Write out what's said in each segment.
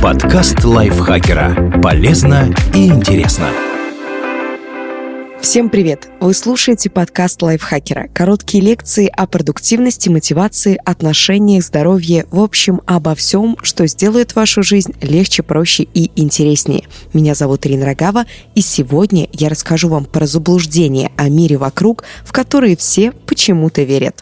Подкаст лайфхакера. Полезно и интересно. Всем привет! Вы слушаете подкаст лайфхакера. Короткие лекции о продуктивности, мотивации, отношениях, здоровье, в общем, обо всем, что сделает вашу жизнь легче, проще и интереснее. Меня зовут Ирина Рогава, и сегодня я расскажу вам про заблуждения о мире вокруг, в которые все почему-то верят.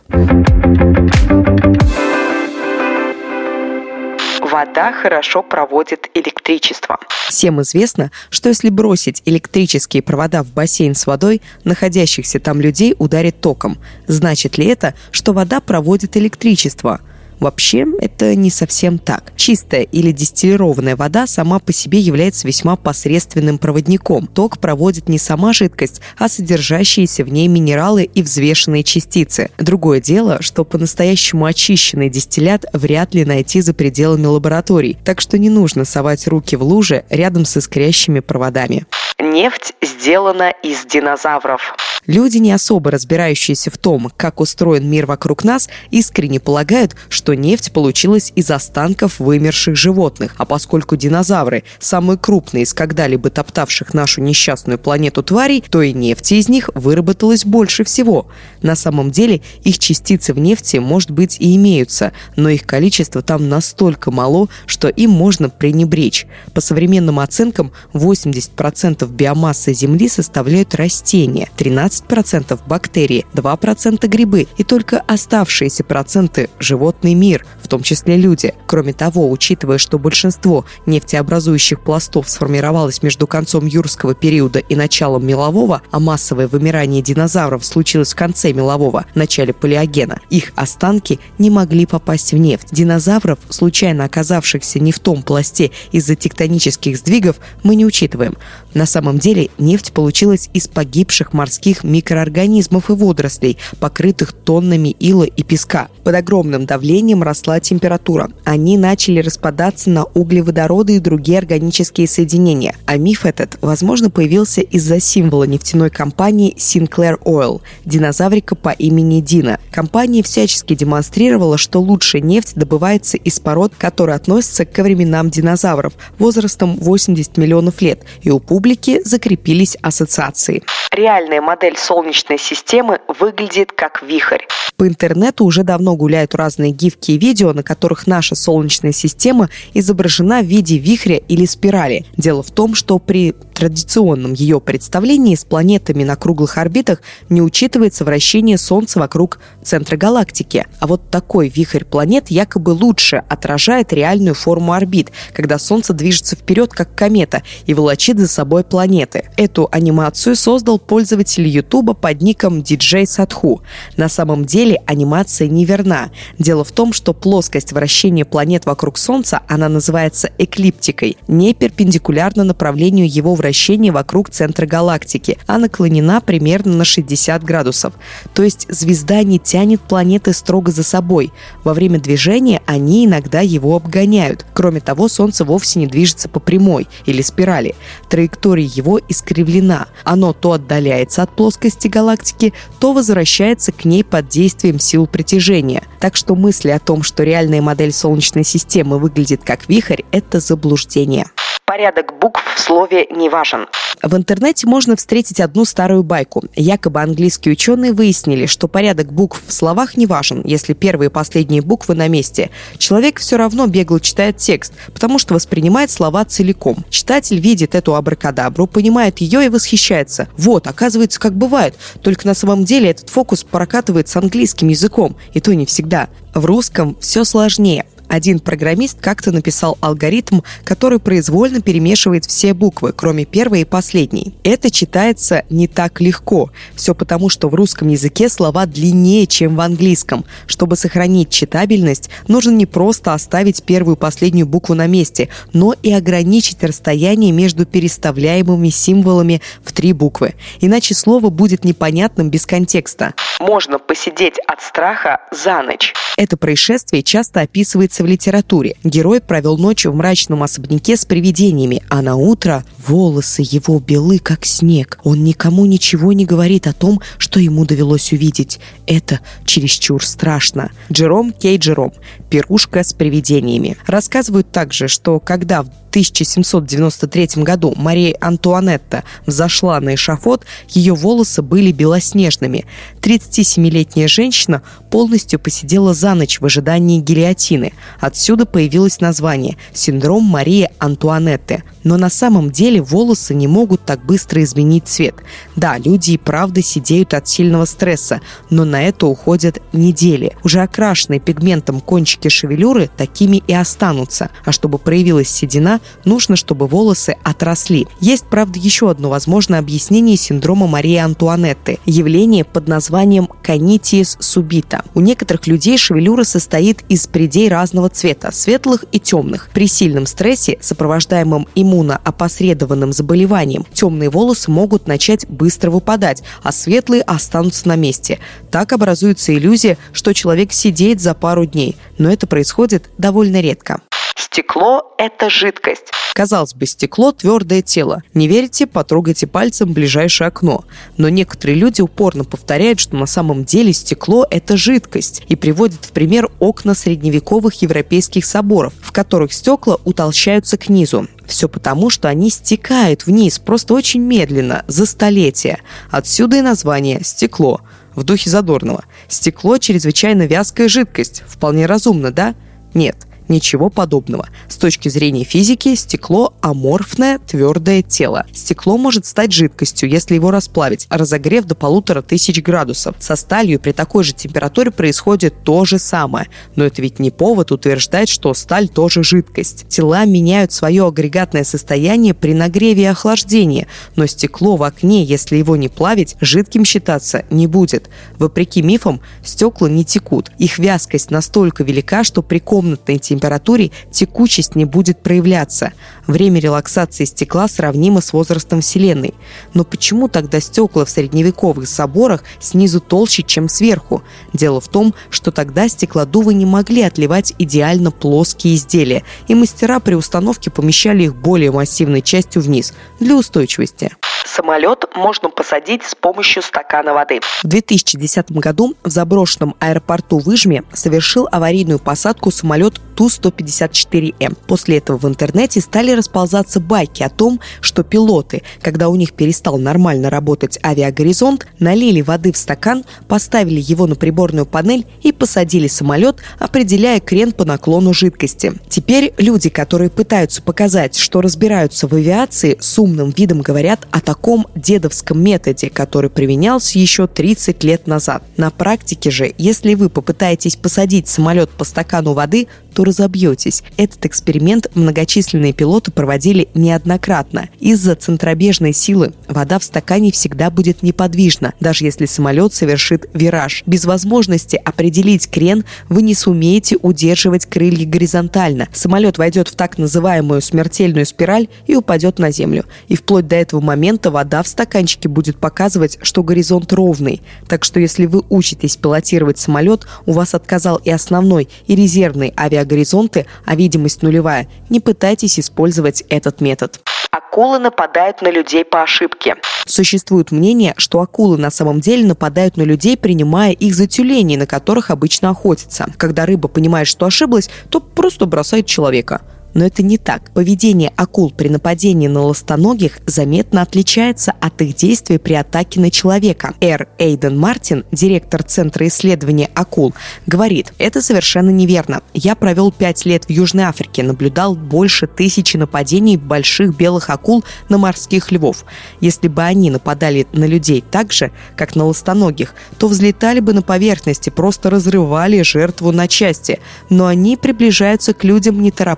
Вода хорошо проводит электричество. Всем известно, что если бросить электрические провода в бассейн с водой, находящихся там людей ударит током. Значит ли это, что вода проводит электричество? Вообще, это не совсем так. Чистая или дистиллированная вода сама по себе является весьма посредственным проводником. Ток проводит не сама жидкость, а содержащиеся в ней минералы и взвешенные частицы. Другое дело, что по-настоящему очищенный дистиллят вряд ли найти за пределами лабораторий, так что не нужно совать руки в лужи рядом с искрящими проводами. Нефть сделана из динозавров. Люди, не особо разбирающиеся в том, как устроен мир вокруг нас, искренне полагают, что нефть получилась из останков вымерших животных. А поскольку динозавры – самые крупные из когда-либо топтавших нашу несчастную планету тварей, то и нефти из них выработалось больше всего. На самом деле, их частицы в нефти, может быть, и имеются, но их количество там настолько мало, что им можно пренебречь. По современным оценкам, 80% биомассы Земли составляют растения, 13% бактерии, 2% грибы и только оставшиеся проценты – животный мир, в том числе люди. Кроме того, учитывая, что большинство нефтеобразующих пластов сформировалось между концом юрского периода и началом мелового, а массовое вымирание динозавров случилось в конце мелового, начале палеогена, их останки не могли попасть в нефть. Динозавров, случайно оказавшихся не в том пласте из-за тектонических сдвигов, мы не учитываем. На самом деле нефть получилась из погибших морских микроорганизмов и водорослей, покрытых тоннами ила и песка. Под огромным давлением росла температура. Они начали распадаться на углеводороды и другие органические соединения. А миф этот, возможно, появился из-за символа нефтяной компании Sinclair Oil – динозаврика по имени Дина. Компания всячески демонстрировала, что лучшая нефть добывается из пород, которые относятся к временам динозавров, возрастом 80 миллионов лет, и у публики закрепились ассоциации. Реальная модель Солнечной системы выглядит как вихрь. По интернету уже давно гуляют разные гифки и видео, на которых наша Солнечная система изображена в виде вихря или спирали. Дело в том, что при традиционном ее представлении с планетами на круглых орбитах не учитывается вращение Солнца вокруг центра галактики. А вот такой вихрь планет якобы лучше отражает реальную форму орбит, когда Солнце движется вперед, как комета, и волочит за собой планеты. Эту анимацию создал пользователь Ютуба под ником DJ Sadhu. На самом деле анимация неверна. Дело в том, что плоскость вращения планет вокруг Солнца, она называется эклиптикой, не перпендикулярна направлению его вращения вокруг центра галактики, а наклонена примерно на 60 градусов. То есть звезда не тянет планеты строго за собой. Во время движения они иногда его обгоняют. Кроме того, Солнце вовсе не движется по прямой или спирали. Траектория его искривлена. Оно то отдаляется от плоскости галактики, то возвращается к ней под действием сил притяжения. Так что мысли о том, что реальная модель Солнечной системы выглядит как вихрь, это заблуждение. Порядок букв в слове не важен. В интернете можно встретить одну старую байку. Якобы английские ученые выяснили, что порядок букв в словах не важен, если первые и последние буквы на месте. Человек все равно бегло читает текст, потому что воспринимает слова целиком. Читатель видит эту абракадабру, понимает ее и восхищается. Вот, оказывается, как бывает. Только на самом деле этот фокус прокатывает с английским языком, и то не всегда. В русском все сложнее. Один программист как-то написал алгоритм, который произвольно перемешивает все буквы, кроме первой и последней. Это читается не так легко. Все потому, что в русском языке слова длиннее, чем в английском. Чтобы сохранить читабельность, нужно не просто оставить первую и последнюю букву на месте, но и ограничить расстояние между переставляемыми символами в 3 буквы. Иначе слово будет непонятным без контекста. Можно посидеть от страха за ночь. Это происшествие часто описывается в литературе. Герой провел ночь в мрачном особняке с привидениями, а на утро волосы его белы, как снег. Он никому ничего не говорит о том, что ему довелось увидеть. Это чересчур страшно. Джером Кей Джером. «Пирушка с привидениями». Рассказывают также, что когда в 1793 году Мария Антуанетта взошла на эшафот, ее волосы были белоснежными. 37-летняя женщина полностью посидела за ночь в ожидании гильотины. Отсюда появилось название «Синдром Марии Антуанетты». Но на самом деле волосы не могут так быстро изменить цвет. Да, люди и правда сидеют от сильного стресса, но на это уходят недели. Уже окрашенные пигментом кончики шевелюры такими и останутся. А чтобы проявилась седина, нужно, чтобы волосы отросли. Есть, правда, еще одно возможное объяснение синдрома Марии Антуанетты – явление под названием канитиес субита. У некоторых людей шевелюра состоит из прядей разного цвета – светлых и темных. При сильном стрессе, сопровождаемом иммуноопосредованным заболеванием, темные волосы могут начать быстро выпадать, а светлые останутся на месте. Так образуется иллюзия, что человек сидеет за пару дней, но это происходит довольно редко. Стекло – это жидкость. Казалось бы, стекло – твердое тело. Не верите? Потрогайте пальцем ближайшее окно. Но некоторые люди упорно повторяют, что на самом деле стекло – это жидкость, и приводят в пример окна средневековых европейских соборов, в которых стекла утолщаются к низу. Все потому, что они стекают вниз, просто очень медленно, за столетия. Отсюда и название «стекло». В духе Задорнова. Стекло – чрезвычайно вязкая жидкость. Вполне разумно, да? Нет. Ничего подобного. С точки зрения физики, стекло – аморфное твердое тело. Стекло может стать жидкостью, если его расплавить, разогрев до 1500 градусов. Со сталью при такой же температуре происходит то же самое. Но это ведь не повод утверждать, что сталь тоже жидкость. Тела меняют свое агрегатное состояние при нагреве и охлаждении, но стекло в окне, если его не плавить, жидким считаться не будет. Вопреки мифам, стекла не текут. Их вязкость настолько велика, что при комнатной температуре текучесть не будет проявляться. Время релаксации стекла сравнимо с возрастом Вселенной. Но почему тогда стекла в средневековых соборах снизу толще, чем сверху? Дело в том, что тогда стеклодувы не могли отливать идеально плоские изделия, и мастера при установке помещали их более массивной частью вниз для устойчивости. Самолет можно посадить с помощью стакана воды. В 2010 году в заброшенном аэропорту в Ижме совершил аварийную посадку самолет Ту-154М. После этого в интернете стали расползаться байки о том, что пилоты, когда у них перестал нормально работать авиагоризонт, налили воды в стакан, поставили его на приборную панель и посадили самолет, определяя крен по наклону жидкости. Теперь люди, которые пытаются показать, что разбираются в авиации, с умным видом говорят о таком дедовском методе, который применялся еще 30 лет назад. На практике же, если вы попытаетесь посадить самолет по стакану воды, то разобьетесь. Этот эксперимент многочисленные пилоты проводили неоднократно. Из-за центробежной силы вода в стакане всегда будет неподвижна, даже если самолет совершит вираж. Без возможности определить крен вы не сумеете удерживать крылья горизонтально. Самолет войдет в так называемую смертельную спираль и упадет на землю. И вплоть до этого момента вода в стаканчике будет показывать, что горизонт ровный. Так что если вы учитесь пилотировать самолет, у вас отказал и основной, и резервный авиагоризонты, а видимость нулевая, не пытайтесь использовать этот метод. Акулы нападают на людей по ошибке. Существует мнение, что акулы на самом деле нападают на людей, принимая их за тюленей, на которых обычно охотятся. Когда рыба понимает, что ошиблась, то просто бросает человека. Но это не так. Поведение акул при нападении на ластоногих заметно отличается от их действий при атаке на человека. Р. Эйден Мартин, директор Центра исследования акул, говорит: это совершенно неверно. Я провел 5 лет в Южной Африке, наблюдал больше 1000 нападений больших белых акул на морских львов. Если бы они нападали на людей так же, как на ластоногих, то взлетали бы на поверхность и просто разрывали жертву на части. Но они приближаются к людям неторопливо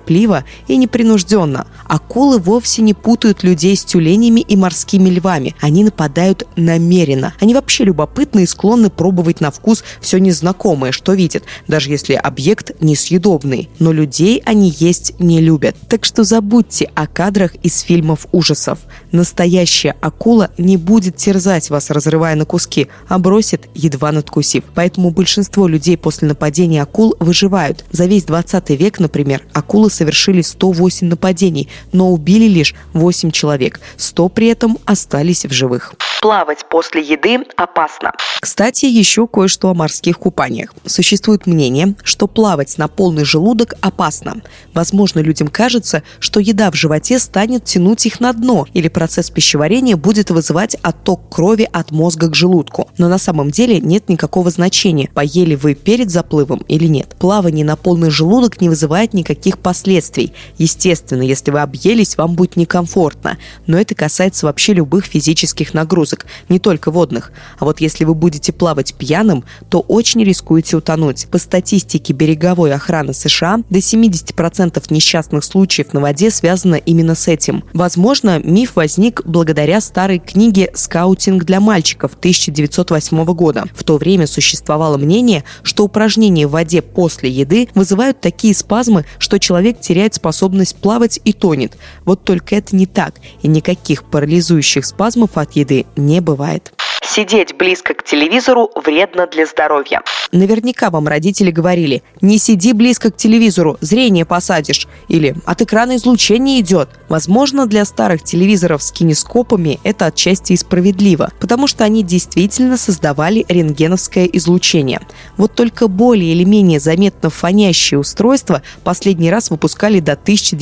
и непринужденно. Акулы вовсе не путают людей с тюленями и морскими львами. Они нападают намеренно. Они вообще любопытны и склонны пробовать на вкус все незнакомое, что видят, даже если объект несъедобный. Но людей они есть не любят. Так что забудьте о кадрах из фильмов ужасов. Настоящая акула не будет терзать вас, разрывая на куски, а бросит, едва надкусив. Поэтому большинство людей после нападения акул выживают. За весь 20 век, например, акулы совершили 108 нападений, но убили лишь 8 человек. 100 при этом остались в живых. Плавать после еды опасно. Кстати, еще кое-что о морских купаниях. Существует мнение, что плавать на полный желудок опасно. Возможно, людям кажется, что еда в животе станет тянуть их на дно, или процесс пищеварения будет вызывать отток крови от мозга к желудку. Но на самом деле нет никакого значения, поели вы перед заплывом или нет. Плавание на полный желудок не вызывает никаких последствий. Естественно, если вы объелись, вам будет некомфортно. Но это касается вообще любых физических нагрузок, не только водных. А вот если вы будете плавать пьяным, то очень рискуете утонуть. По статистике береговой охраны США, до 70% несчастных случаев на воде связано именно с этим. Возможно, миф возник благодаря старой книге «Скаутинг для мальчиков» 1908 года. В то время существовало мнение, что упражнения в воде после еды вызывают такие спазмы, что человек теряет способность плавать и тонет. Вот только это не так, и никаких парализующих спазмов от еды не бывает. Сидеть близко к телевизору вредно для здоровья. Наверняка вам родители говорили: «Не сиди близко к телевизору, зрение посадишь», или «От экрана излучение идет». Возможно, для старых телевизоров с кинескопами это отчасти и справедливо, потому что они действительно создавали рентгеновское излучение. Вот только более или менее заметно фонящие устройства последний раз выпускали до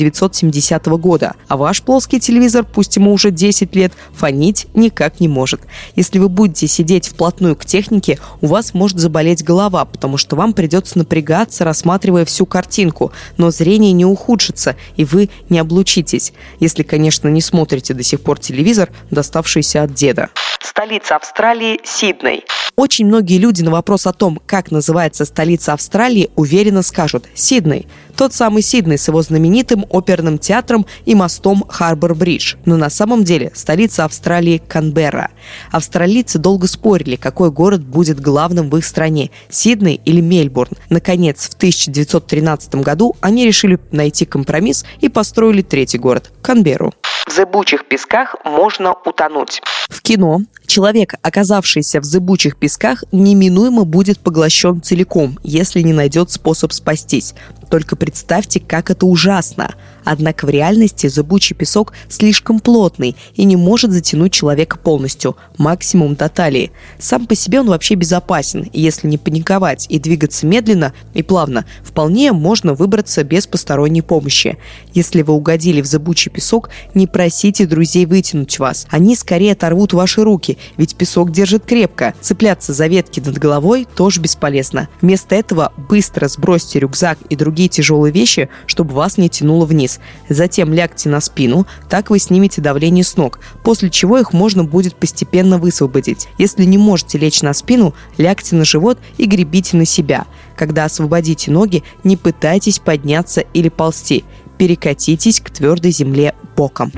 1970 года, а ваш плоский телевизор, пусть ему уже 10 лет, фонить никак не может. Если вы будете сидеть вплотную к технике, у вас может заболеть голова, потому что вам придется напрягаться, рассматривая всю картинку, но зрение не ухудшится, и вы не облучитесь, если, конечно, не смотрите до сих пор телевизор, доставшийся от деда. Столица Австралии – Сидней. Очень многие люди на вопрос о том, как называется столица Австралии, уверенно скажут «Сидней». Тот самый Сидней с его знаменитым оперным театром и мостом Харбор-Бридж. Но на самом деле столица Австралии – Канберра. Австралийцы долго спорили, какой город будет главным в их стране – Сидней или Мельбурн. Наконец, в 1913 году они решили найти компромисс и построили третий город – Канберру. В зыбучих песках можно утонуть. В кино человек, оказавшийся в зыбучих песках, неминуемо будет поглощен целиком, если не найдет способ спастись. Только представьте, как это ужасно. Однако в реальности зыбучий песок слишком плотный и не может затянуть человека полностью, максимум до талии. Сам по себе он вообще безопасен, и если не паниковать и двигаться медленно и плавно, вполне можно выбраться без посторонней помощи. Если вы угодили в зыбучий песок, не просите друзей вытянуть вас. Они скорее оторвут ваши руки, ведь песок держит крепко. Цепляться за ветки над головой тоже бесполезно. Вместо этого быстро сбросьте рюкзак и другие тяжелые вещи, чтобы вас не тянуло вниз. Затем лягте на спину, так вы снимете давление с ног, после чего их можно будет постепенно высвободить. Если не можете лечь на спину, лягте на живот и гребите на себя. Когда освободите ноги, не пытайтесь подняться или ползти. Перекатитесь к твердой земле боком.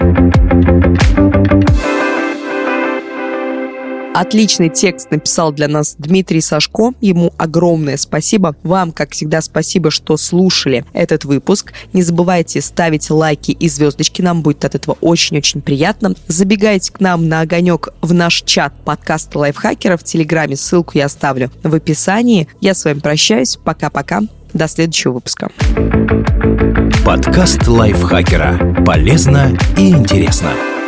Отличный текст написал для нас Дмитрий Сашко. Ему огромное спасибо. Вам, как всегда, спасибо, что слушали этот выпуск. Не забывайте ставить лайки и звездочки. Нам будет от этого очень-очень приятно. Забегайте к нам на огонек в наш чат подкаста Лайфхакера в Телеграме. Ссылку я оставлю в описании. Я с вами прощаюсь. Пока-пока. До следующего выпуска. Подкаст Лайфхакера. Полезно и интересно.